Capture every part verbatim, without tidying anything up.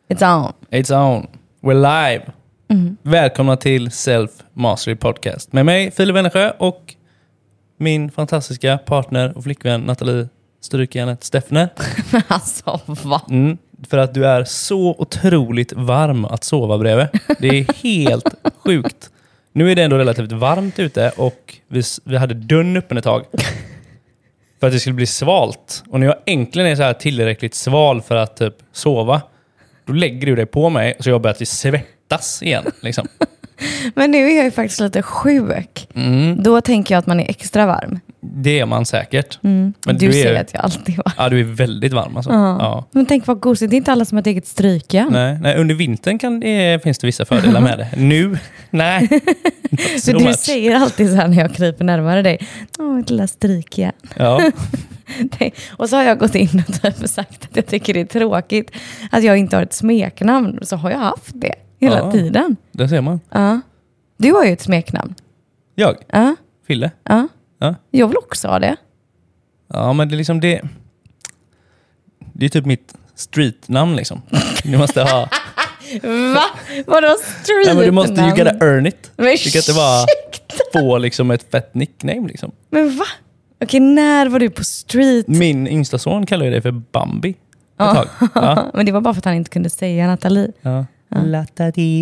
It's on. It's on. We're live. Mm. Välkomna till Self Mastery Podcast. Med mig, Filip Wennersjö, och min fantastiska partner och flickvän Nathalie Strykjärnet Steffner. Alltså, va? Mm, för att du är så otroligt varm att sova bredvid. Det är helt sjukt. Nu är det ändå relativt varmt ute och vi, vi hade dörren öppen ett tag. För att det skulle bli svalt. Och när jag äntligen är så här tillräckligt sval för att typ sova, då lägger du dig på mig och så jag börjar att svettas igen. Liksom. Men nu är jag ju faktiskt lite sjuk. Mm. Då tänker jag att man är extra varm. Det är man säkert. Mm. Men du, du säger är, att jag alltid är varm. Ja, du är väldigt varm alltså. Ja. Ja. Men tänk vad gosigt. Det är inte alla som har ett eget strykjärn. Nej, nej, under vintern kan det, finns det vissa fördelar med det. Nu, nej. Så du säger alltid så här när jag kryper närmare dig. Åh, ett lilla strykjärn. Ja. Och så har jag gått in och typ sagt att jag tycker det är tråkigt att jag inte har ett smeknamn. Så har jag haft det hela Ja, tiden. Det ser man. Ja. Du har ju ett smeknamn. Jag? Ja. Fille? Ja. Ja. Jag vill också ha det. Ja, men det är liksom det. Det är typ mitt streetnamn liksom. Du måste ha... Va? Vadå street? Nej, men du måste ju gotta earn it. Men du kan inte bara få liksom ett fett nickname liksom. Men va? Okej, när var du på street? Min yngsta son kallar ju det för Bambi. Ett Ja. tag. Ja. Men det var bara för att han inte kunde säga Nathalie. Ja. Latadi.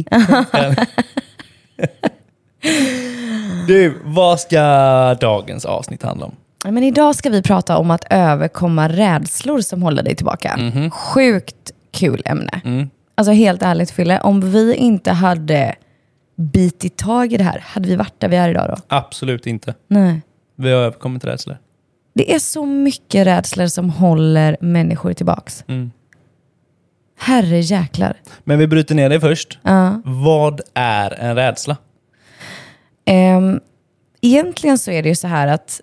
Du, vad ska dagens avsnitt handla om? Men idag ska vi prata om att överkomma rädslor som håller dig tillbaka. Mm-hmm. Sjukt kul ämne. Mm. Alltså helt ärligt, Fille, om vi inte hade bitit tag i det här, hade vi varit där vi är idag då? Absolut inte. Nej. Vi har överkommit rädslor. Det är så mycket rädslor som håller människor tillbaks. Mm. Herre jäklar. Men vi bryter ner det först. Ja. Vad är en rädsla? Um, egentligen så är det ju så här att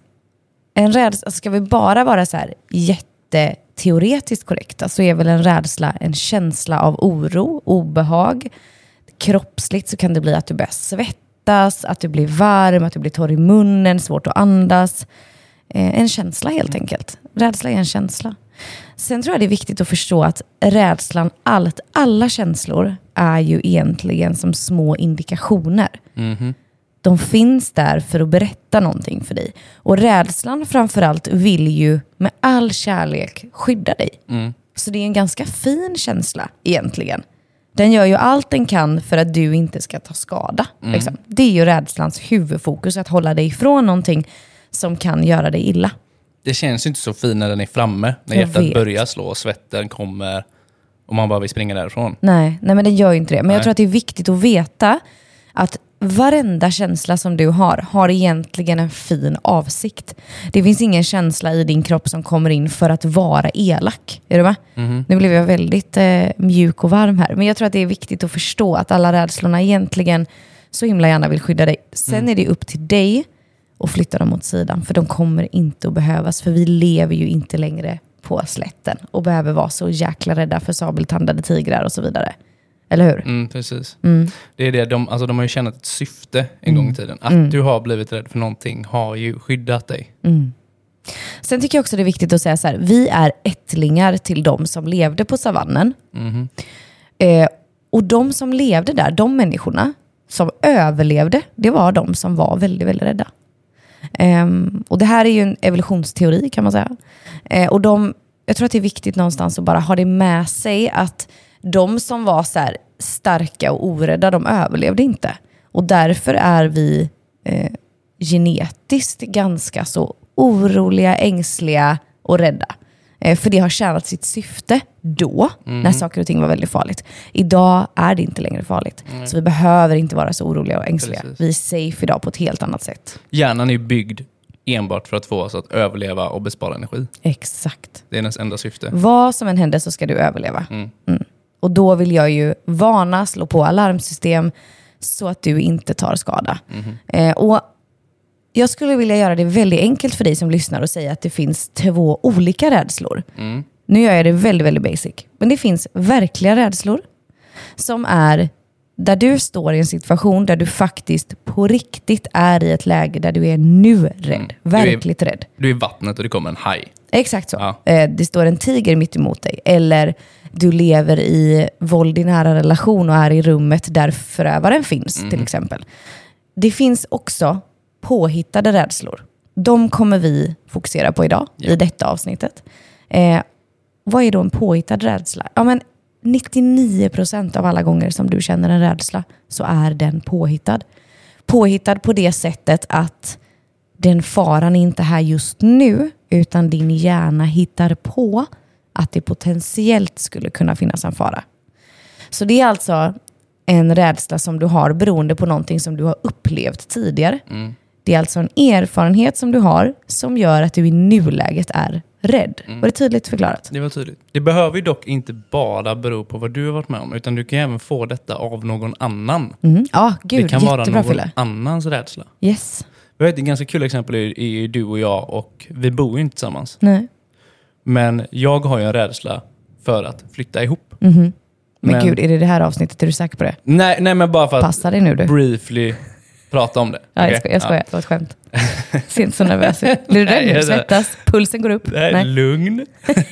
en rädsla, ska vi bara vara så här jätteteoretiskt korrekta, så är väl en rädsla en känsla av oro, obehag. Kroppsligt så kan det bli att du börjar svettas, att du blir varm, att du blir torr i munnen, svårt att andas. Eh, en känsla helt enkelt. Rädsla är en känsla. Sen tror jag det är viktigt att förstå att rädslan, allt, alla känslor är ju egentligen som små indikationer. Mm-hmm. De finns där för att berätta någonting för dig. Och rädslan framförallt vill ju med all kärlek skydda dig. Mm. Så det är en ganska fin känsla egentligen. Den gör ju allt den kan för att du inte ska ta skada. Mm. Liksom. Det är ju rädslans huvudfokus, att hålla dig ifrån någonting som kan göra dig illa. Det känns ju inte så fin när den är framme. När Jag hjärtat vet. börjar slå och svetten kommer och man bara vill springa därifrån. Nej, nej men den gör ju inte det. Men Nej. jag tror att det är viktigt att veta att varenda känsla som du har har egentligen en fin avsikt. Det finns ingen känsla i din kropp som kommer in för att vara elak. Är du med? Mm-hmm. Nu blev jag väldigt eh, mjuk och varm här. Men jag tror att det är viktigt att förstå att alla rädslorna egentligen så himla gärna vill skydda dig. Sen Mm. är det upp till dig att flytta dem åt sidan. För de kommer inte att behövas. För vi lever ju inte längre på slätten och behöver vara så jäkla rädda för sabeltandade tigrar och så vidare. Eller hur? Mm, precis. Mm. Det är det. De, alltså, de har ju känt ett syfte en Mm. gång i tiden. Att Mm. du har blivit rädd för någonting har ju skyddat dig. Mm. Sen tycker jag också det är viktigt att säga så här. Vi är ättlingar till de som levde på savannen. Mm-hmm. Eh, och de som levde där, de människorna som överlevde, det var de som var väldigt, väldigt rädda. Eh, och det här är ju en evolutionsteori kan man säga. Eh, och de, jag tror att det är viktigt någonstans att bara ha det med sig att de som var så här starka och orädda, de överlevde inte. Och därför är vi eh, genetiskt ganska så oroliga, ängsliga och rädda. Eh, för det har tjänat sitt syfte då, Mm. när saker och ting var väldigt farligt. Idag är det inte längre farligt. Mm. Så vi behöver inte vara så oroliga och ängsliga. Precis. Vi är safe idag på ett helt annat sätt. Hjärnan är ju byggd enbart för att få oss att överleva och bespara energi. Exakt. Det är ens enda syfte. Vad som än händer så ska du överleva. Mm. Mm. Och då vill jag ju varna, slå på alarmsystem så att du inte tar skada. Mm-hmm. Eh, och jag skulle vilja göra det väldigt enkelt för dig som lyssnar och säga att det finns två olika rädslor. Mm. Nu gör jag det väldigt, väldigt basic. Men det finns verkliga rädslor som är där du står i en situation där du faktiskt på riktigt är i ett läge där du är nu rädd. Mm. Verkligt rädd. Du är i vattnet och det kommer en haj. Exakt så. Ja. Eh, det står en tiger mitt emot dig. Eller du lever i våld i nära relation och är i rummet där förövaren finns mm. till exempel. Det finns också påhittade rädslor. De kommer vi fokusera på idag ja. i detta avsnittet. Eh, vad är då en påhittad rädsla? Ja, men nittionio procent av alla gånger som du känner en rädsla så är den påhittad. Påhittad på det sättet att den faran är inte här just nu, utan din hjärna hittar på att det potentiellt skulle kunna finnas en fara. Så det är alltså en rädsla som du har beroende på någonting som du har upplevt tidigare. Mm. Det är alltså en erfarenhet som du har som gör att du i nuläget är rädd. Mm. Var det tydligt förklarat? Det var tydligt. Det behöver ju dock inte bara bero på vad du har varit med om, utan du kan även få detta av någon annan. Mm. Ja, gud, det kan vara någon fylla. annans rädsla. Yes. Jag vet, ett ganska kul exempel är, är du och jag, och vi bor ju inte tillsammans. Nej. Men jag har ju en rädsla för att flytta ihop. Mm-hmm. Men, men gud, är det det här avsnittet? Är du säker på det? Nej, nej men bara för att Passa dig nu, du. briefly prata om det. Ja, jag skojar, jag skojar. Ja. Det var ett skämt. Ser inte så nervös. Blir du rädd nu? Svettas? Pulsen går upp? Nej, nej. Lugn.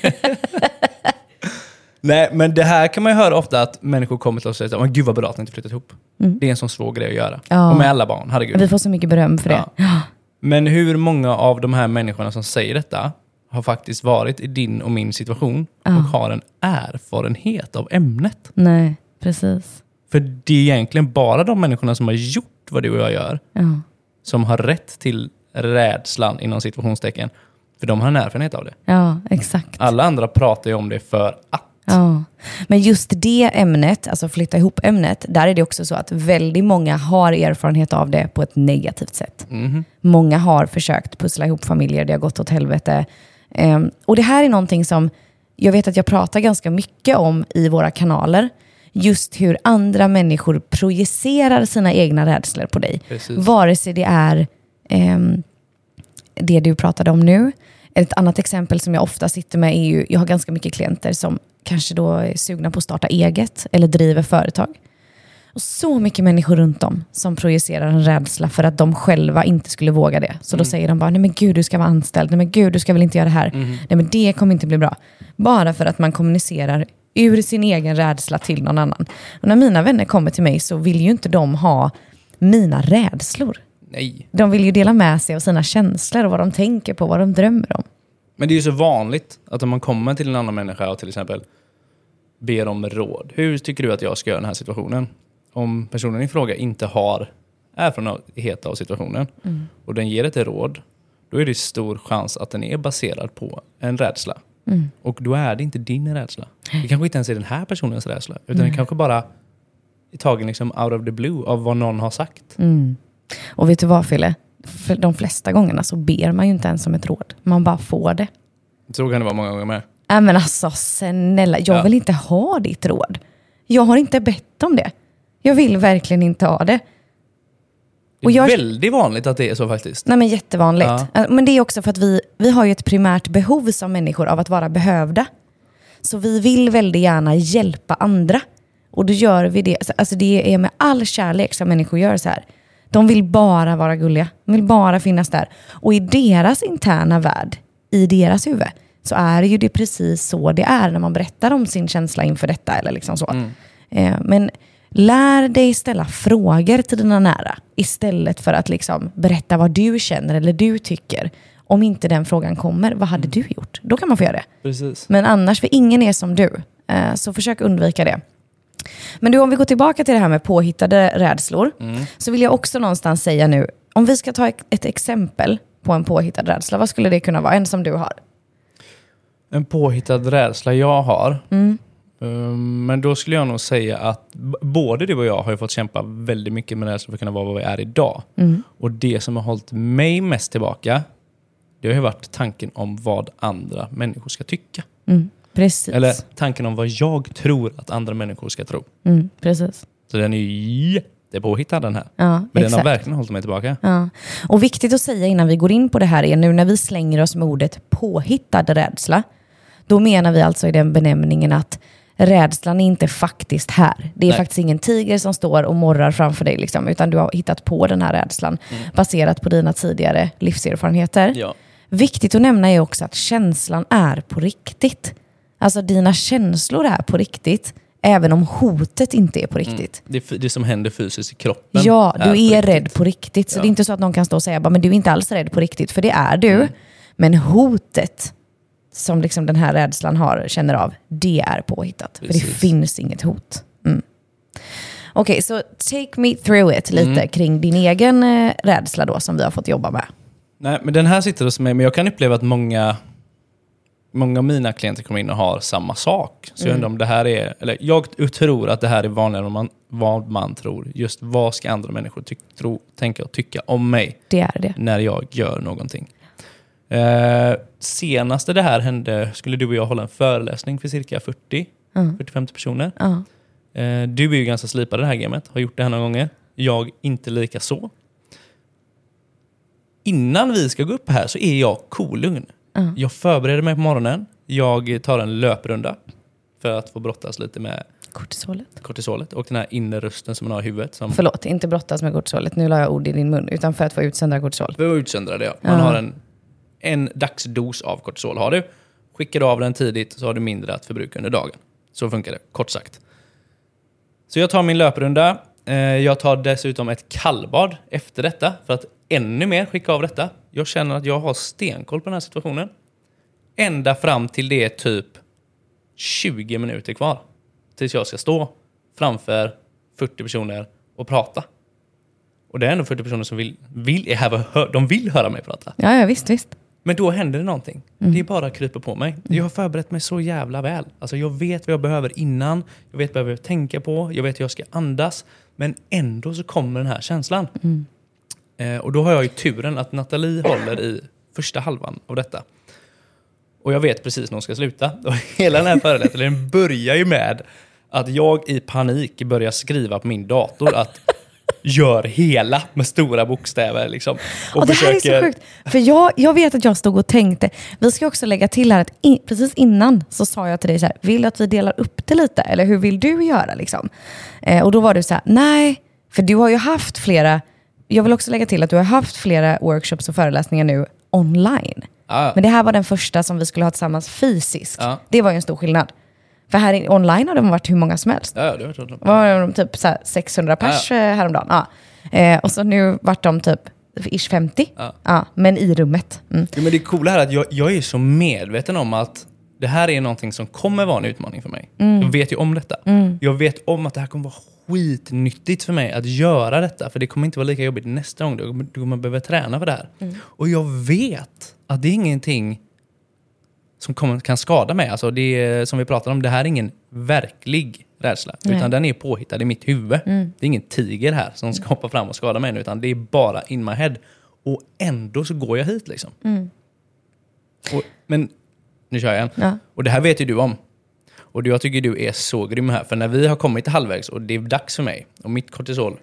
Nej, men det här kan man ju höra ofta att människor kommer till oss och säger men gud vad bra att ni inte flyttat ihop. Mm. Det är en sån svår grej att göra. Ja. Och med alla barn, herregud. Vi får så mycket beröm för det. Ja. Men hur många av de här människorna som säger detta har faktiskt varit i din och min situation ja. och har en erfarenhet av ämnet? Nej, precis. För det är egentligen bara de människorna som har gjort vad du och jag gör ja. som har rätt till rädslan inom situationstecken. För de har en erfarenhet av det. Ja, exakt. Alla andra pratar ju om det för att. Ja. Men just det ämnet, alltså flytta ihop ämnet, där är det också så att väldigt många har erfarenhet av det på ett negativt sätt. Mm. Många har försökt pussla ihop familjer, det har gått åt helvete. Um, och det här är någonting som jag vet att jag pratar ganska mycket om i våra kanaler. Just hur andra människor projicerar sina egna rädslor på dig. Precis. Vare sig det är um, det du pratade om nu. Ett annat exempel som jag ofta sitter med är ju, jag har ganska mycket klienter som kanske då är sugna på att starta eget eller driver företag. Och så mycket människor runt om som projicerar en rädsla för att de själva inte skulle våga det. Så mm. då säger de bara, nej men gud du ska vara anställd, nej men gud du ska väl inte göra det här. Mm. Nej men det kommer inte bli bra. Bara för att man kommunicerar ur sin egen rädsla till någon annan. Och när mina vänner kommer till mig så vill ju inte de ha mina rädslor. Nej. De vill ju dela med sig av sina känslor och vad de tänker på, vad de drömmer om. Men det är ju så vanligt att om man kommer till en annan människa och till exempel ber om råd. Hur tycker du att jag ska göra den här situationen? Om personen i fråga inte har erfarenhet av situationen mm. och den ger ett råd, då är det stor chans att den är baserad på en rädsla. Mm. Och då är det inte din rädsla. Det kanske inte ens är den här personens rädsla, utan mm. det kanske bara är tagen liksom out of the blue av vad någon har sagt. Mm. Och vet du vad, Fille? För de flesta gångerna så ber man ju inte ens om ett råd. Man bara får det. Så kan det vara många gånger med. Nej men alltså, snälla. Jag ja. vill inte ha ditt råd. Jag har inte bett om det. Jag vill verkligen inte ha det. Det är jag... väldigt vanligt att det är så faktiskt. Nej men jättevanligt. Ja. Men det är också för att vi, vi har ju ett primärt behov som människor av att vara behövda. Så vi vill väldigt gärna hjälpa andra. Och då gör vi det. Alltså det är med all kärlek som människor gör så här. De vill bara vara gulliga. De vill bara finnas där. Och i deras interna värld, i deras huvud, så är det ju det precis så det är när man berättar om sin känsla inför detta. Eller liksom så. Mm. Eh, men lär dig ställa frågor till dina nära istället för att liksom berätta vad du känner eller du tycker. Om inte den frågan kommer, vad hade du gjort? Då kan man få göra det. Precis. Men annars, för ingen är som du. Eh, så försök undvika det. Men du, om vi går tillbaka till det här med påhittade rädslor mm. så vill jag också någonstans säga nu, om vi ska ta ett, ett exempel på en påhittad rädsla, vad skulle det kunna vara? En som du har? En påhittad rädsla jag har? Mm. Um, men då skulle jag nog säga att b- både du och jag har ju fått kämpa väldigt mycket med rädsla för att kunna vara vad vi är idag. Mm. Och det som har hållit mig mest tillbaka, det har ju varit tanken om vad andra människor ska tycka. Mm. Precis. Eller tanken om vad jag tror att andra människor ska tro. Mm, precis. Så den är ju jättepåhittad den här. Ja, men exakt. Den har verkligen hållit mig tillbaka. Ja. Och viktigt att säga innan vi går in på det här är nu när vi slänger oss med ordet påhittad rädsla. Då menar vi alltså i den benämningen att rädslan är inte faktiskt här. Det är Nej. faktiskt ingen tiger som står och morrar framför dig. Liksom, utan du har hittat på den här rädslan mm. baserat på dina tidigare livserfarenheter. Ja. Viktigt att nämna är också att känslan är på riktigt. Alltså dina känslor är på riktigt, även om hotet inte är på riktigt. Mm. Det, det som händer fysiskt i kroppen. Ja, du är, är på rädd på riktigt. Så ja. det är inte så att någon kan stå och säga, men du är inte alls rädd på riktigt. För det är du. Mm. Men hotet som liksom den här rädslan har, känner av, det är påhittat. Precis. För det finns inget hot. Mm. Okej, okay, så take me through it lite mm. kring din egen eh, rädsla då som vi har fått jobba med. Nej, men den här sitter hos mig, men jag kan uppleva att många många av mina klienter kommer in och har samma sak. Så mm. jag undrar om det här är, eller jag tror att det här är vanligare än man, vad man tror. Just vad ska andra människor ty- tro, tänka och tycka om mig det är det. När jag gör någonting. Eh, senaste det här hände, skulle du och jag hålla en föreläsning för cirka fyrtio till femtio personer. Uh. Eh, du är ju ganska slipad i det här gamet, har gjort det här några gånger. Jag inte lika så. Innan vi ska gå upp här så är jag kolugn. Uh. Jag förbereder mig på morgonen. Jag tar en löprunda för att få brottas lite med kortisolet. kortisolet och den här inre rösten som man har i huvudet. Som... Förlåt, inte brottas med kortisolet. Nu la jag ord i din mun. Utan för att få utsöndra kortisol. För att utsöndra det, ja. Man uh. har en, en dagsdos av kortisol. Har du. Skickar du av den tidigt så har du mindre att förbruka under dagen. Så funkar det, kort sagt. Så jag tar min löprunda. Jag tar dessutom ett kallbad efter detta för att ännu mer skicka av detta. Jag känner att jag har stenkoll på den här situationen. Ända fram till det är typ tjugo minuter kvar. Tills jag ska stå framför fyrtio personer och prata. Och det är ändå fyrtio personer som vill, vill, de vill höra mig prata. Ja, ja visst, visst. Men då händer det någonting. Mm. Det är bara att krypa på mig. Mm. Jag har förberett mig så jävla väl. Alltså jag vet vad jag behöver innan. Jag vet vad jag behöver tänka på. Jag vet hur jag ska andas. Men ändå så kommer den här känslan. Mm. Eh, och då har jag ju turen att Nathalie håller i första halvan av detta. Och jag vet precis när hon ska sluta. Och hela den här föreläsningen börjar ju med att jag i panik börjar skriva på min dator att gör hela med stora bokstäver liksom. Och, och det försöker... här är så sjukt. För jag, jag vet att jag stod och tänkte, vi ska också lägga till här att in, precis innan så sa jag till dig så här, vill att vi delar upp det lite? Eller hur vill du göra liksom? Eh, och då var du så här, nej, för du har ju haft flera, jag vill också lägga till att du har haft flera workshops och föreläsningar nu online. Ah. Men det här var den första som vi skulle ha tillsammans fysiskt. Ah. Det var ju en stor skillnad. För här i, online har de varit hur många som helst. Ja, det var det. Var de typ så här sexhundra pers ja. häromdagen. Ja. Eh, och så nu vart de typ ish femtio. Ja. Ja, men i rummet. Mm. Ja, men det coola här är att jag, jag är så medveten om att det här är någonting som kommer vara en utmaning för mig. Mm. Jag vet ju om detta. Mm. Jag vet om att det här kommer vara skitnyttigt för mig att göra detta. För det kommer inte vara lika jobbigt nästa gång. Du, du kommer behöva träna för det här. Mm. Och jag vet att det är ingenting som kommer, kan skada mig. Alltså det är, som vi pratade om, det här är ingen verklig rädsla. Nej. Utan den är påhittad i mitt huvud. Mm. Det är ingen tiger här som ska hoppa fram och skada mig. Utan det är bara in my head. Och ändå så går jag hit liksom. Mm. Och, men nu kör jag igen. Ja. Och det här vet ju du om. Och jag tycker du är så grym här. För när vi har kommit till halvvägs och det är dags för mig. Och mitt kortisol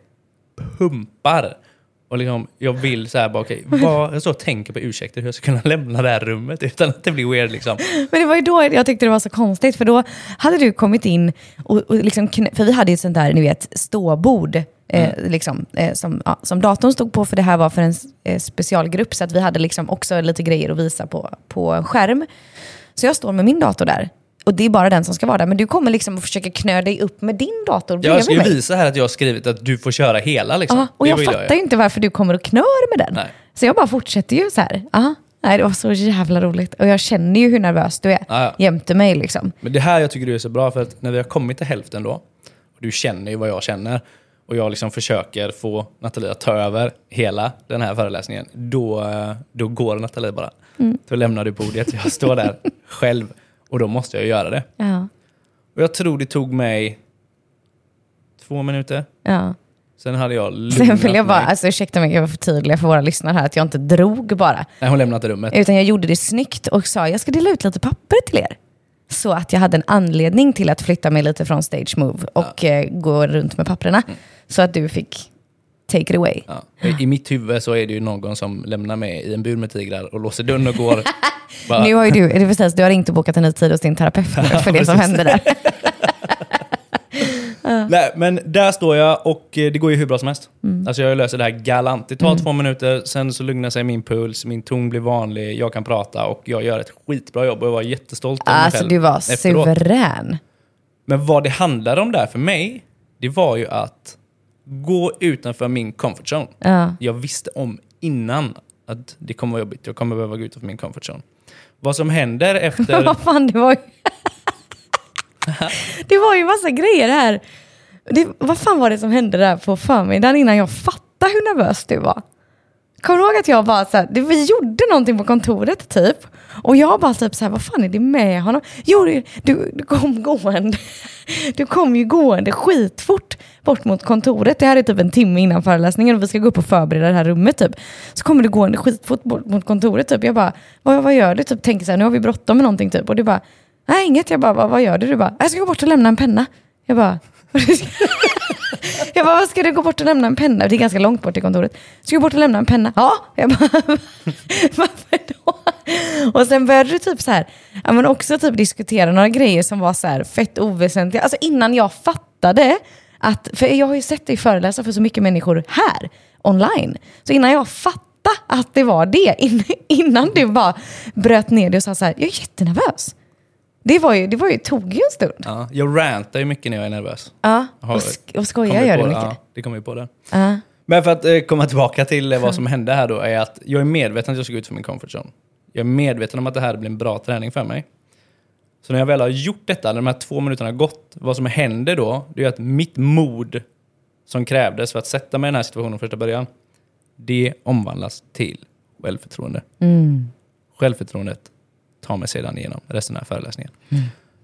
pumpar. Och liksom, jag vill så här bara, okej, okay, jag så tänker på ursäkter hur jag ska kunna lämna det här rummet utan att det blir weird liksom. Men det var ju då jag tyckte det var så konstigt, för då hade du kommit in och, och liksom, för vi hade ju ett sånt där, ni vet, ståbord eh, mm. liksom, eh, som, ja, som datorn stod på, för det här var för en eh, specialgrupp, så att vi hade liksom också lite grejer att visa på, på en skärm. Så jag står med min dator där. Och det är bara den som ska vara där. Men du kommer liksom att försöka knö dig upp med din dator bredvid mig. Jag ska ju visa här att jag har skrivit att du får köra hela. Liksom. Aha, och det jag fattar jag. ju inte varför du kommer och knör med den. Nej. Så jag bara fortsätter ju så här. Aha. Nej, det var så jävla roligt. Och jag känner ju hur nervös du är. Aha. Jämte mig liksom. Men det här jag tycker du är så bra. För att när vi har kommit till hälften då. Och du känner ju vad jag känner. Och jag liksom försöker få Nathalie att ta över hela den här föreläsningen. Då, då går Nathalie bara. Mm. Då lämnar du podiet. Jag står där själv. Och då måste jag göra det. Ja. Och jag tror det tog mig två minuter. Ja. Sen hade jag lugnat Sen vill jag bara, mig. alltså ursäkta mig, jag var för tydlig för våra lyssnare här, att jag inte drog bara. Nej, hon lämnade rummet. Utan jag gjorde det snyggt och sa, jag ska dela ut lite papper till er. Så att jag hade en anledning till att flytta mig lite från stage move och ja. eh, gå runt med papperna. Mm. Så att du fick take it away. Ja. I mitt huvud så är det ju någon som lämnar mig i en bur med tigrar och låser dörren och går. Bara... Nu har ju du, det är precis, du har inte bokat en ny tid hos din terapeut för det som hände där. Ja. Nej, men där står jag och eh, det går ju hur bra som helst. Mm. Alltså jag löser det här galant. Det tar mm. två minuter, sen så lugnar sig min puls, min ton blir vanlig, jag kan prata och jag gör ett skitbra jobb och jag var jättestolt över mig Alltså själv du var efteråt. suverän. Men vad det handlade om där för mig, det var ju att gå utanför min comfort zone. Ja. Jag visste om innan att det kommer vara jobbigt. Jag kommer behöva gå utanför min comfort zone. Vad som händer efter... Vad fan, det var ju... det var ju massa grejer här. Det, vad fan var det som hände där på förmiddagen innan jag fattade hur nervös du var? Kommer du ihåg att jag bara så här, det, vi gjorde någonting på kontoret typ. Och jag bara typ så här, vad fan är det med honom? Jo, du, du kom gående. Du kom ju gående skitfort bort mot kontoret. Det här är typ en timme innan föreläsningen och vi ska gå upp och förbereda det här rummet typ. Så kommer du gående skitfort bort mot kontoret typ. Jag bara, vad, vad gör du? Typ tänker så här, nu har vi bråttom med någonting typ. Och du bara, nej inget. Jag bara, vad, vad gör du? Du bara, jag ska gå bort och lämna en penna. Jag bara... jag bara, vad ska du gå bort och lämna en penna? Det är ganska långt bort i kontoret. Ska du gå bort och lämna en penna? Ja. Jag bara, varför då? Och sen började du typ så här, ja, men också typ diskutera några grejer som var så här fett oväsentliga. Alltså innan jag fattade att, för jag har ju sett dig föreläsa för så mycket människor här, online. Så innan jag fattade att det var det, innan du bara bröt ner det och sa så här, jag är jättenervös. Det var ju, det var ju, tog ju en stund. Ja, jag rantar ju mycket när jag är nervös. Ja, och, sk- och skojar gör du mycket. Ja, det kommer ju på det. Ja. Men för att eh, komma tillbaka till eh, vad som hände här då är att jag är medveten att jag ska gå ut från min comfort zone. Jag är medveten om att det här blir en bra träning för mig. Så när jag väl har gjort detta, när de här två minuterna har gått, vad som händer då, det är att mitt mod som krävdes för att sätta mig i den här situationen första början, det omvandlas till självförtroende. Mm. Självförtroendet tar mig sedan igenom resten av föreläsningen. Mm.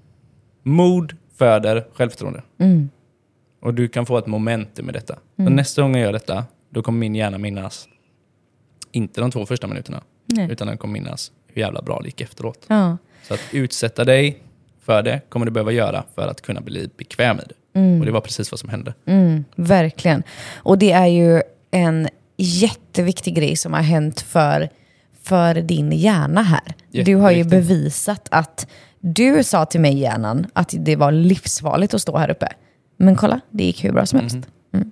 Mod föder självförtroende. Mm. Och du kan få ett momentum med detta. Mm. Och nästa gång jag gör detta, då kommer min hjärna minnas inte de två första minuterna. Nej. Utan den kommer minnas hur jävla bra det gick efteråt. Ja. Så att utsätta dig för det kommer du behöva göra för att kunna bli bekväm i det. Mm. Och det var precis vad som hände. Mm, verkligen. Och det är ju en jätteviktig grej som har hänt för, för din hjärna här. Du har ju bevisat att du sa till mig, hjärnan, att det var livsfarligt att stå här uppe. Men kolla, det gick hur bra som helst. Mm.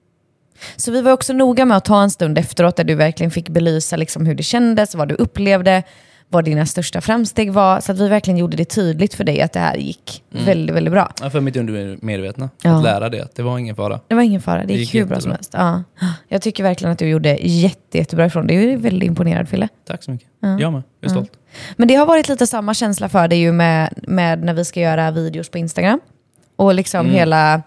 Så vi var också noga med att ta en stund efteråt där du verkligen fick belysa liksom hur det kändes, vad du upplevde, vad dina största framsteg var. Så att vi verkligen gjorde det tydligt för dig att det här gick mm. väldigt, väldigt bra. Ja, för mitt undermedvetna. Ja. Att lära det, att det var ingen fara. Det var ingen fara, det, det gick hur bra som helst. Ja. Jag tycker verkligen att du gjorde jätte, jättebra ifrån det. Jag är väldigt imponerad, Fille. Tack så mycket. Ja. Jag med, jag är stolt. Ja. Men det har varit lite samma känsla för dig ju med, med när vi ska göra videos på Instagram. Och liksom mm. hela...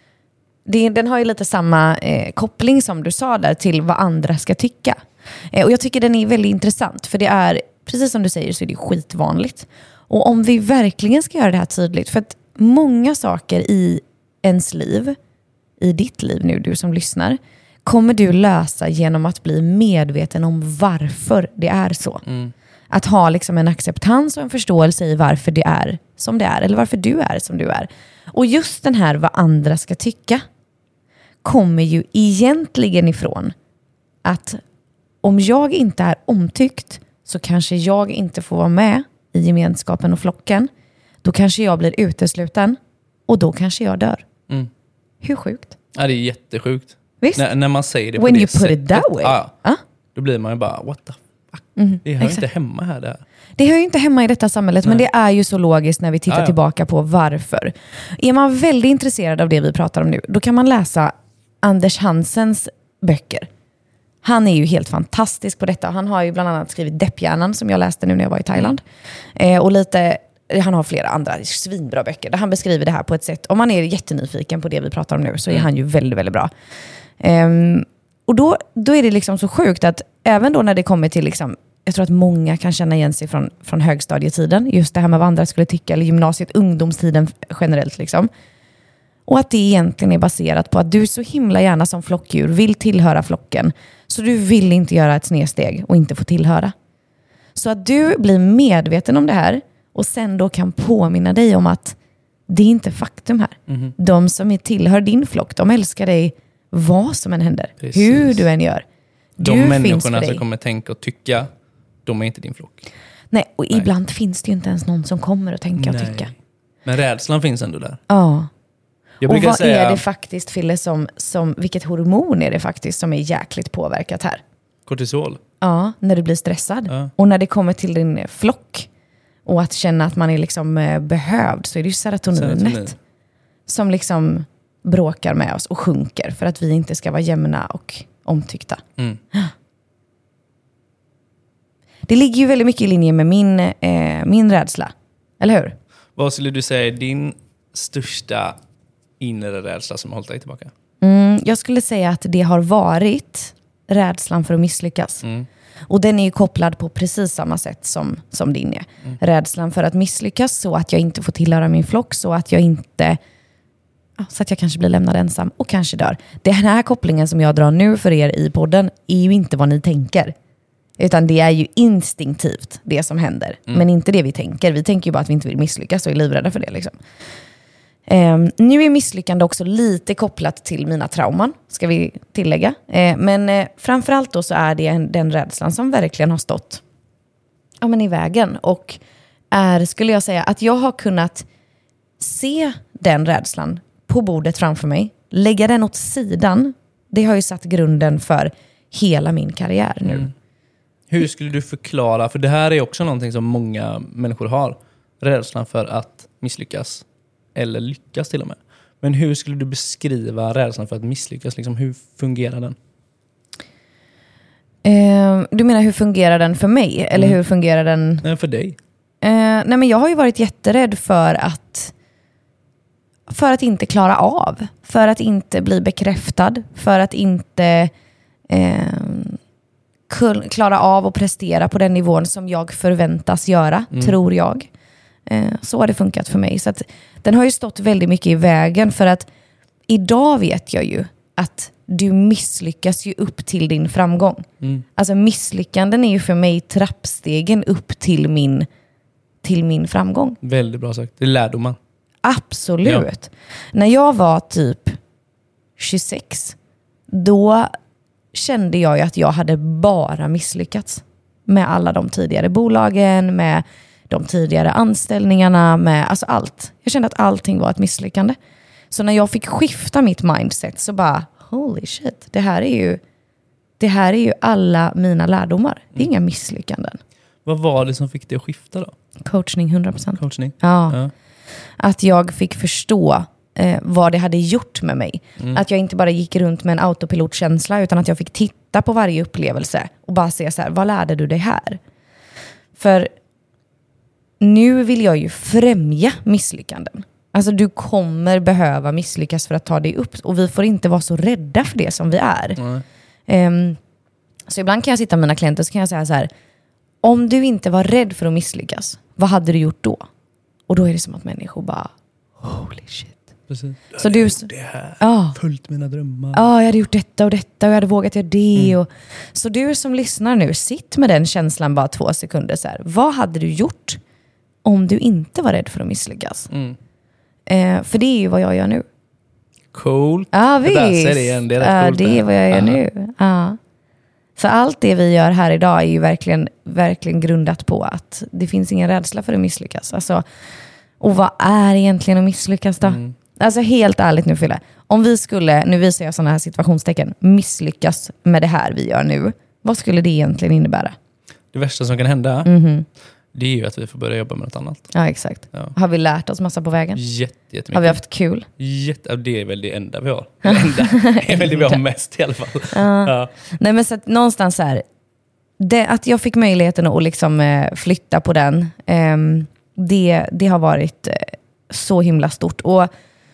Det, den har ju lite samma eh, koppling som du sa där till vad andra ska tycka. Eh, och jag tycker den är väldigt intressant. För det är, precis som du säger, så är det skitvanligt. Och om vi verkligen ska göra det här tydligt. För att många saker i ens liv, i ditt liv nu, du som lyssnar, kommer du lösa genom att bli medveten om varför det är så. Mm. Att ha liksom en acceptans och en förståelse i varför det är som det är. Eller varför du är som du är. Och just den här vad andra ska tycka kommer ju egentligen ifrån att om jag inte är omtyckt så kanske jag inte får vara med i gemenskapen och flocken. Då kanske jag blir utesluten och då kanske jag dör. Mm. Hur sjukt? Ja, det är jättesjukt. Visst? När, när man säger det When på det you put sättet. It that way. Ja, ah? Då blir man ju bara, what the fuck? Mm, det hör exakt. inte hemma här det här. Det hör ju inte hemma i detta samhället. Nej. Men det är ju så logiskt när vi tittar ah, ja. tillbaka på varför. Är man väldigt intresserad av det vi pratar om nu, då kan man läsa Anders Hansens böcker. Han är ju helt fantastisk på detta. Han har ju bland annat skrivit Depphjärnan som jag läste nu när jag var i Thailand. Mm. Eh, och lite, han har flera andra svinbra böcker där han beskriver det här på ett sätt. Om man är jättenyfiken på det vi pratar om nu så är mm. han ju väldigt, väldigt bra. Um, och då, då är det liksom så sjukt att även då när det kommer till liksom, jag tror att många kan känna igen sig från, från högstadietiden. Just det här med vad andra skulle tycka. Eller gymnasiet, ungdomstiden generellt liksom. Och att det egentligen är baserat på att du så himla gärna som flockdjur vill tillhöra flocken. Så du vill inte göra ett snedsteg och inte få tillhöra. Så att du blir medveten om det här och sen då kan påminna dig om att det är inte faktum här. Mm. De som är tillhör din flock, de älskar dig vad som än händer. Precis. Hur du än gör. Du de människorna som kommer tänka och tycka, de är inte din flock. Nej, och Nej. ibland finns det ju inte ens någon som kommer att tänka Nej. och tycka. Men rädslan finns ändå där. Ja. Jag Och brukar vad säga är det faktiskt, Fille, som, som, vilket hormon är det faktiskt som är jäkligt påverkat här? kortisol. Ja, när du blir stressad. Ja. Och när det kommer till din flock och att känna att man är liksom eh, behövd, så är det ju serotoninet Serotonin. som liksom bråkar med oss och sjunker för att vi inte ska vara jämna och omtyckta. Mm. Det ligger ju väldigt mycket i linje med min, eh, min rädsla. Eller hur? Vad skulle du säga är din största inre rädsla som har hållit dig tillbaka? Mm, jag skulle säga att det har varit rädslan för att misslyckas. Mm. Och den är ju kopplad på precis samma sätt som, som din är. Mm. Rädslan för att misslyckas så att jag inte får tillhöra min flock, så att jag inte... Så att jag kanske blir lämnad ensam och kanske dör. Den här kopplingen som jag drar nu för er i podden är ju inte vad ni tänker. Utan det är ju instinktivt det som händer. Mm. Men inte det vi tänker. Vi tänker ju bara att vi inte vill misslyckas och är livrädda för det. Liksom. Um, nu är misslyckande också lite kopplat till mina trauman, ska vi tillägga. Uh, men uh, framförallt då så är det en, den rädslan som verkligen har stått ja, men i vägen. Och är, skulle jag säga, att jag har kunnat se den rädslan på bordet framför mig. Lägga den åt sidan. Det har ju satt grunden för hela min karriär nu. Mm. Hur skulle du förklara, för det här är också någonting som många människor har. Rädslan för att misslyckas. Eller lyckas till och med. Men hur skulle du beskriva rädslan för att misslyckas? Liksom, hur fungerar den? Eh, du menar hur fungerar den för mig? Eller mm. hur fungerar den... Nej, för dig. Eh, nej, men jag har ju varit jätterädd för att... För att inte klara av. För att inte bli bekräftad. För att inte... Eh, klara av och prestera på den nivån som jag förväntas göra, mm. tror jag. Eh, så har det funkat för mig. Så att den har ju stått väldigt mycket i vägen, för att idag vet jag ju att du misslyckas ju upp till din framgång. Mm. Alltså misslyckanden är ju för mig trappstegen upp till min, till min framgång. Väldigt bra sagt. Det är lärdomar. Absolut. Ja. När jag var typ tjugosex, då kände jag ju att jag hade bara misslyckats med alla de tidigare bolagen, med de tidigare anställningarna, med alltså allt. Jag kände att allting var ett misslyckande. Så när jag fick skifta mitt mindset så bara, holy shit, det här är ju, det här är ju alla mina lärdomar. Det är mm. inga misslyckanden. Vad var det som fick dig att skifta då? Coachning, hundra procent. Coachning? Ja. ja. Att jag fick förstå eh, vad det hade gjort med mig. Mm. Att jag inte bara gick runt med en autopilotkänsla, utan att jag fick titta på varje upplevelse och bara se så här, vad lärde du dig här? För nu vill jag ju främja misslyckanden. Alltså du kommer behöva misslyckas för att ta dig upp. Och vi får inte vara så rädda för det som vi är. Mm. Um, så ibland kan jag sitta med mina klienter så kan jag säga så här, om du inte var rädd för att misslyckas, vad hade du gjort då? Och då är det som att människor bara, holy shit. Precis. Så du, det här, ja, följt mina drömmar. Ja, jag hade gjort detta och detta och jag hade vågat göra det. Mm. Och, så du som lyssnar nu, sitt med den känslan bara två sekunder. Så här, vad hade du gjort om du inte var rädd för att misslyckas? Mm. Eh, för det är ju vad jag gör nu. Coolt. Ja, visst. Det, där, det, är en, det är rätt ja, coolt. Det är vad jag gör Aha. nu. Ja. Så allt det vi gör här idag är ju verkligen, verkligen grundat på att det finns ingen rädsla för att misslyckas. Alltså, och vad är egentligen att misslyckas då? Mm. Alltså helt ärligt nu, Fille. Om vi skulle, nu visar jag sådana här situationstecken, misslyckas med det här vi gör nu. Vad skulle det egentligen innebära? Det värsta som kan hända, mm-hmm. det är ju att vi får börja jobba med något annat. Ja, exakt. Ja. Har vi lärt oss massa på vägen? Jätte, jättemycket. Har vi haft kul? Jätte, det är väl det enda vi har. Det, enda, det är väl det vi har mest i alla fall. Ja. Ja. Nej, men så att någonstans så här, det, att jag fick möjligheten att liksom, eh, flytta på den, eh, det, det har varit eh, så himla stort. Och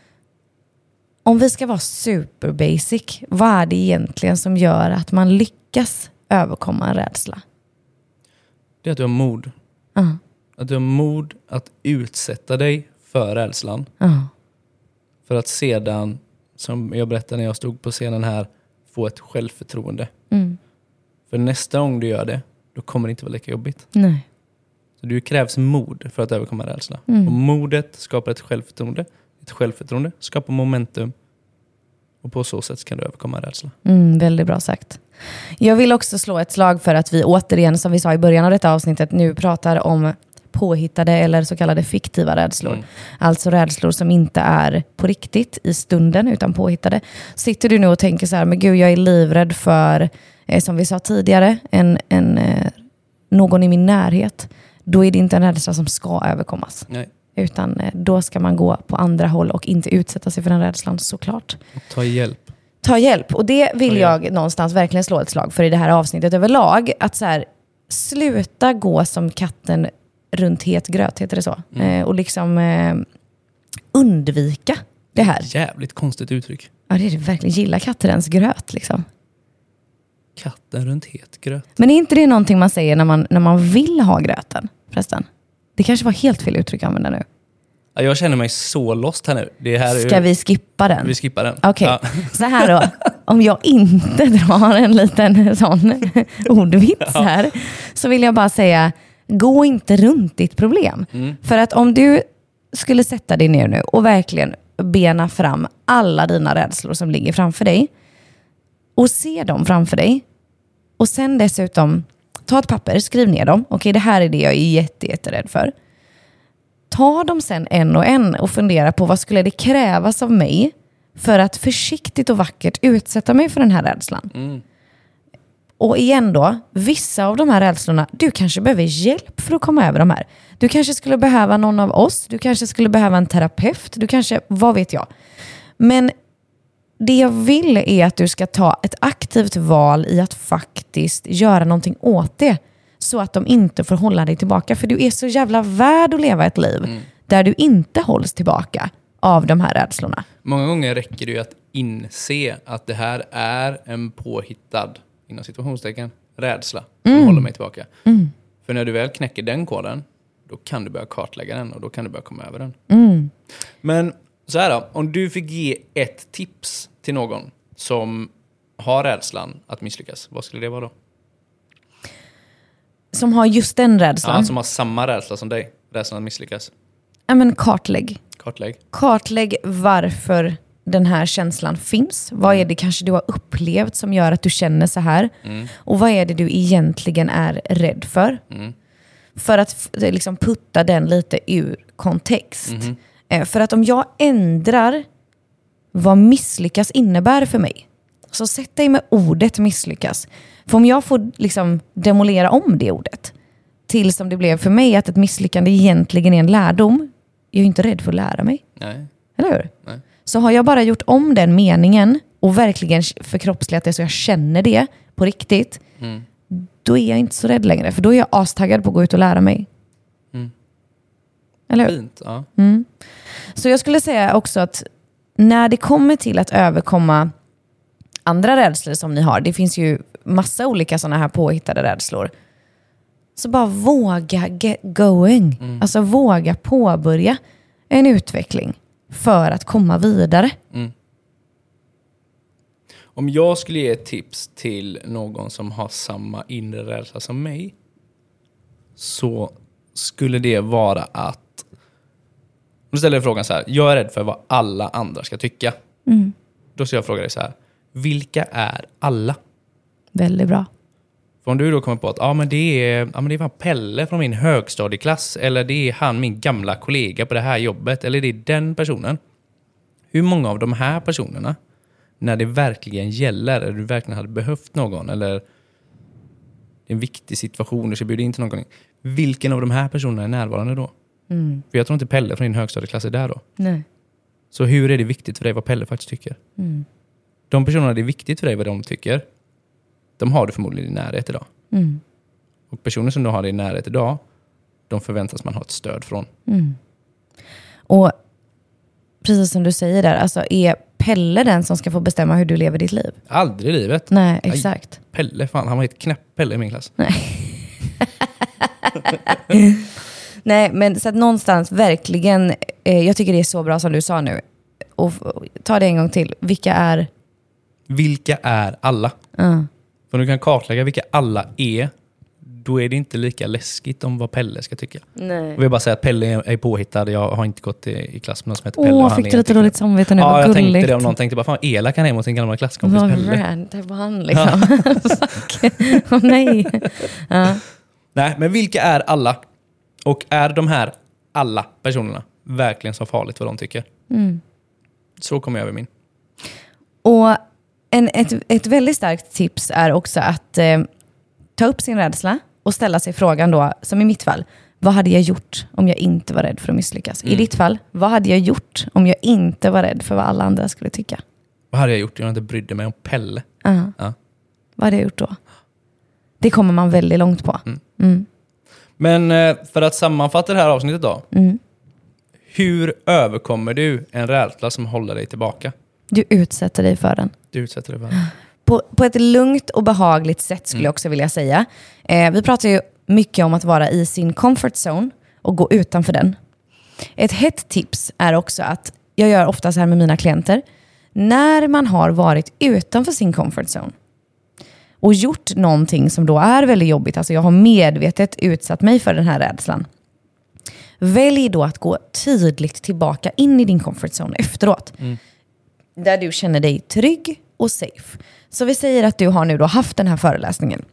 om vi ska vara super basic, vad är det egentligen som gör att man lyckas överkomma en rädsla? Det är att du har mod. Uh-huh. Att du har mod att utsätta dig för rädslan. Uh-huh. För att sedan, som jag berättade när jag stod på scenen här, få ett självförtroende. Mm. För nästa gång du gör det, då kommer det inte vara lika jobbigt. Nej. Så det krävs mod för att överkomma rädsla. Mm. Och modet skapar ett självförtroende. Ett självförtroende skapar momentum. Och på så sätt kan du överkomma rädsla. Mm, väldigt bra sagt. Jag vill också slå ett slag för att vi återigen, som vi sa i början av detta avsnittet, nu pratar om påhittade eller så kallade fiktiva rädslor. Mm. Alltså rädslor som inte är på riktigt i stunden utan påhittade. Sitter du nu och tänker så här, men gud jag är livrädd för, eh, som vi sa tidigare, en, en, eh, någon i min närhet. Då är det inte en rädsla som ska överkommas. Nej. Utan eh, då ska man gå på andra håll och inte utsätta sig för den rädslan, såklart. Och ta hjälp. Ta hjälp. Och det vill jag någonstans verkligen slå ett slag för i det här avsnittet överlag. Att så här, sluta gå som katten runt het gröt, heter det så. Mm. Eh, och liksom eh, undvika det här. Jävligt konstigt uttryck. Ja, det är det verkligen. Gilla katter ens gröt liksom. Katten runt het gröt. Men är inte det någonting man säger när man, när man vill ha gröten förresten? Det kanske var helt fel uttryck att använda nu. Ja, jag känner mig så lost här nu. Det här Ska är... vi skippa den? Vi skippar den. Okej, okay. Ja. Så här då. Om jag inte drar en liten sån ordvits här, ja. Så vill jag bara säga, gå inte runt ditt problem. Mm. För att om du skulle sätta dig ner nu och verkligen bena fram alla dina rädslor som ligger framför dig och se dem framför dig och sen dessutom ta ett papper, skriv ner dem. Okej, okay, det här är det jag är jätte, jätterädd för. Ta dem sen en och en och fundera på vad skulle det krävas av mig för att försiktigt och vackert utsätta mig för den här rädslan. Mm. Och igen då, vissa av de här rädslorna, du kanske behöver hjälp för att komma över de här. Du kanske skulle behöva någon av oss, du kanske skulle behöva en terapeut, du kanske, vad vet jag. Men det jag vill är att du ska ta ett aktivt val i att faktiskt göra någonting åt det. Så att de inte får hålla dig tillbaka. För du är så jävla värd att leva ett liv mm. där du inte hålls tillbaka av de här rädslorna. Många gånger räcker det ju att inse att det här är en påhittad, inom situationstecken, rädsla som mm. håller mig tillbaka. Mm. För när du väl knäcker den koden, då kan du börja kartlägga den och då kan du börja komma över den. Mm. Men så här då, om du fick ge ett tips till någon som har rädslan att misslyckas, vad skulle det vara då? Som har just den rädslan? Ja, som har samma rädsla som dig. Rädslan att misslyckas. Ja, men kartlägg. Kartlägg. Kartlägg varför den här känslan finns. Mm. Vad är det kanske du har upplevt som gör att du känner så här? Mm. Och vad är det du egentligen är rädd för? Mm. För att liksom putta den lite ur kontext. Mm. Eh, för att om jag ändrar vad misslyckas innebär för mig. Så sätt dig med ordet misslyckas. För om jag får liksom demolera om det ordet till som det blev för mig att ett misslyckande egentligen är en lärdom. Jag är ju inte rädd för att lära mig. Nej. Eller hur? Nej. Så har jag bara gjort om den meningen och verkligen förkroppsligat det så jag känner det på riktigt. Mm. Då är jag inte så rädd längre. För då är jag astaggad på att gå ut och lära mig. Mm. Eller hur? Fint, ja. Mm. Så jag skulle säga också att när det kommer till att överkomma andra rädslor som ni har. Det finns ju massa olika sådana här påhittade rädslor. Så bara våga get going. Mm. Alltså våga påbörja en utveckling för att komma vidare. Mm. Om jag skulle ge ett tips till någon som har samma inre rädsla som mig, så skulle det vara att nu ställer jag frågan så här. Jag är rädd för vad alla andra ska tycka. Mm. Då ska jag fråga dig så här. Vilka är alla? Väldigt bra. För om du då kommer på att ah, men det är, ah, men det är Pelle från min högstadieklass, eller det är han, min gamla kollega på det här jobbet, eller det är den personen. Hur många av de här personerna, när det verkligen gäller, eller du verkligen hade behövt någon, eller det är en viktig situation, du ska bjuda in till någon, vilken av de här personerna är närvarande då? Mm. För jag tror inte Pelle från din högstadieklass är där då. Nej. Så hur är det viktigt för dig vad Pelle faktiskt tycker? Mm. De personerna det är viktigt för dig vad de tycker, de har du förmodligen i närhet idag. Mm. Och personer som du har i närhet idag, de förväntas man ha ett stöd från. Mm. Och precis som du säger där, alltså är Pelle den som ska få bestämma hur du lever ditt liv? Aldrig i livet. Nej, exakt. Aj, Pelle, fan, han var helt knäpp Pelle i min klass. Nej. Nej, men så att någonstans verkligen, eh, jag tycker det är så bra som du sa nu. Och, och ta det en gång till. Vilka är? Vilka är alla? Uh. För du kan kartlägga vilka alla är, då är det inte lika läskigt om vad Pelle ska tycka. Nej. Jag vill bara säga att Pelle är påhittad. Jag har inte gått i, i klass med någon som heter Pelle. Åh, fick du lite dåligt samvete nu? Ja, jag gulligt. tänkte det. Om någon tänkte bara, fan elak han är mot sin gamla klasskompis vad Pelle. Rand, det var han liksom. Fuck. Oh, nej. Ja. Nej, men vilka är alla? Och är de här alla personerna verkligen så farligt vad de tycker? Mm. Så kommer jag över min. Och en, ett, ett väldigt starkt tips är också att eh, ta upp sin rädsla och ställa sig frågan då, som i mitt fall, vad hade jag gjort om jag inte var rädd för att misslyckas? Mm. I ditt fall, vad hade jag gjort om jag inte var rädd för vad alla andra skulle tycka? Vad hade jag gjort om jag inte brydde mig om Pelle? Uh-huh. Ja. Vad hade jag gjort då? Det kommer man väldigt långt på. Mm. Mm. Men eh, för att sammanfatta det här avsnittet då. Mm. Hur överkommer du en rädsla som håller dig tillbaka? Du utsätter dig för den. Du utsätter dig för den. På, på ett lugnt och behagligt sätt skulle mm. jag också vilja säga. Eh, vi pratar ju mycket om att vara i sin comfort zone och gå utanför den. Ett hett tips är också att, jag gör ofta så här med mina klienter, när man har varit utanför sin comfort zone och gjort någonting som då är väldigt jobbigt, alltså jag har medvetet utsatt mig för den här rädslan, välj då att gå tydligt tillbaka in i din comfort zone efteråt. Mm. Där du känner dig trygg och safe. Så vi säger att du har nu då haft den här föreläsningen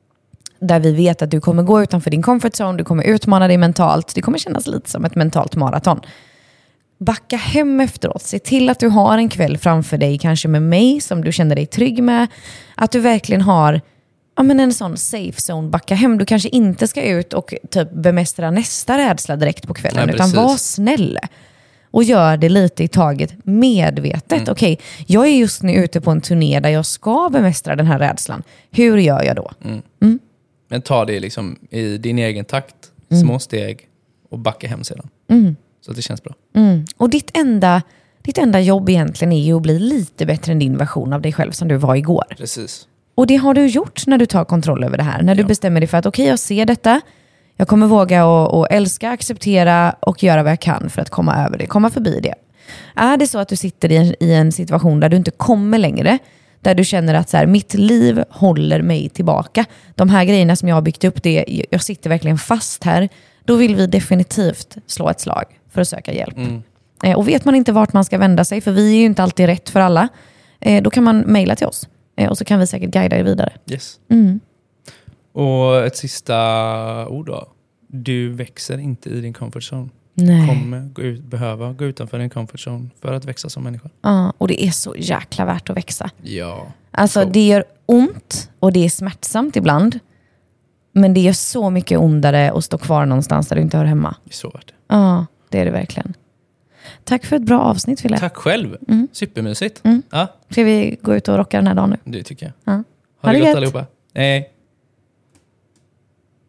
där vi vet att du kommer gå utanför din comfort zone, du kommer utmana dig mentalt, det kommer kännas lite som ett mentalt maraton. Backa hem efteråt, se till att du har en kväll framför dig, kanske med mig som du känner dig trygg med, att du verkligen har ja, men en sån safe zone, backa hem. Du kanske inte ska ut och typ bemästra nästa rädsla direkt på kvällen, ja, utan var snäll. Och gör det lite i taget medvetet. Mm. Okej, okay, jag är just nu ute på en turné där jag ska bemästra den här rädslan. Hur gör jag då? Mm. Mm. Men ta det liksom i din egen takt, mm. små steg och backa hem sedan. Mm. Så att det känns bra. Mm. Och ditt enda, ditt enda jobb egentligen är ju att bli lite bättre än din version av dig själv som du var igår. Precis. Och det har du gjort när du tar kontroll över det här. När du ja. bestämmer dig för att okej, okay, jag ser detta. Jag kommer våga och, och älska, acceptera och göra vad jag kan för att komma över det. Komma förbi det. Är det så att du sitter i en, i en situation där du inte kommer längre, där du känner att så här, mitt liv håller mig tillbaka. De här grejerna som jag har byggt upp, det, jag sitter verkligen fast här. Då vill vi definitivt slå ett slag för att söka hjälp. Mm. Eh, och vet man inte vart man ska vända sig, för vi är ju inte alltid rätt för alla, eh, då kan man mejla till oss. Eh, och så kan vi säkert guida er vidare. Yes. Mm. Och ett sista ord då. Du växer inte i din comfort zone. Nej. Kommer gå ut, behöva gå utanför din comfort zone för att växa som människa. Ja, och det är så jäkla värt att växa. Ja. Alltså så. Det gör ont och det är smärtsamt ibland. Men det gör så mycket ondare att stå kvar någonstans där du inte hör hemma. Det är så värt det. Ja, det är det verkligen. Tack för ett bra avsnitt, Fille. Tack själv. Mm. Supermysigt. Mm. Ja. Ska vi gå ut och rocka den här dagen nu? Det tycker jag. Ja. Ha, ha det gott allihopa. Hej.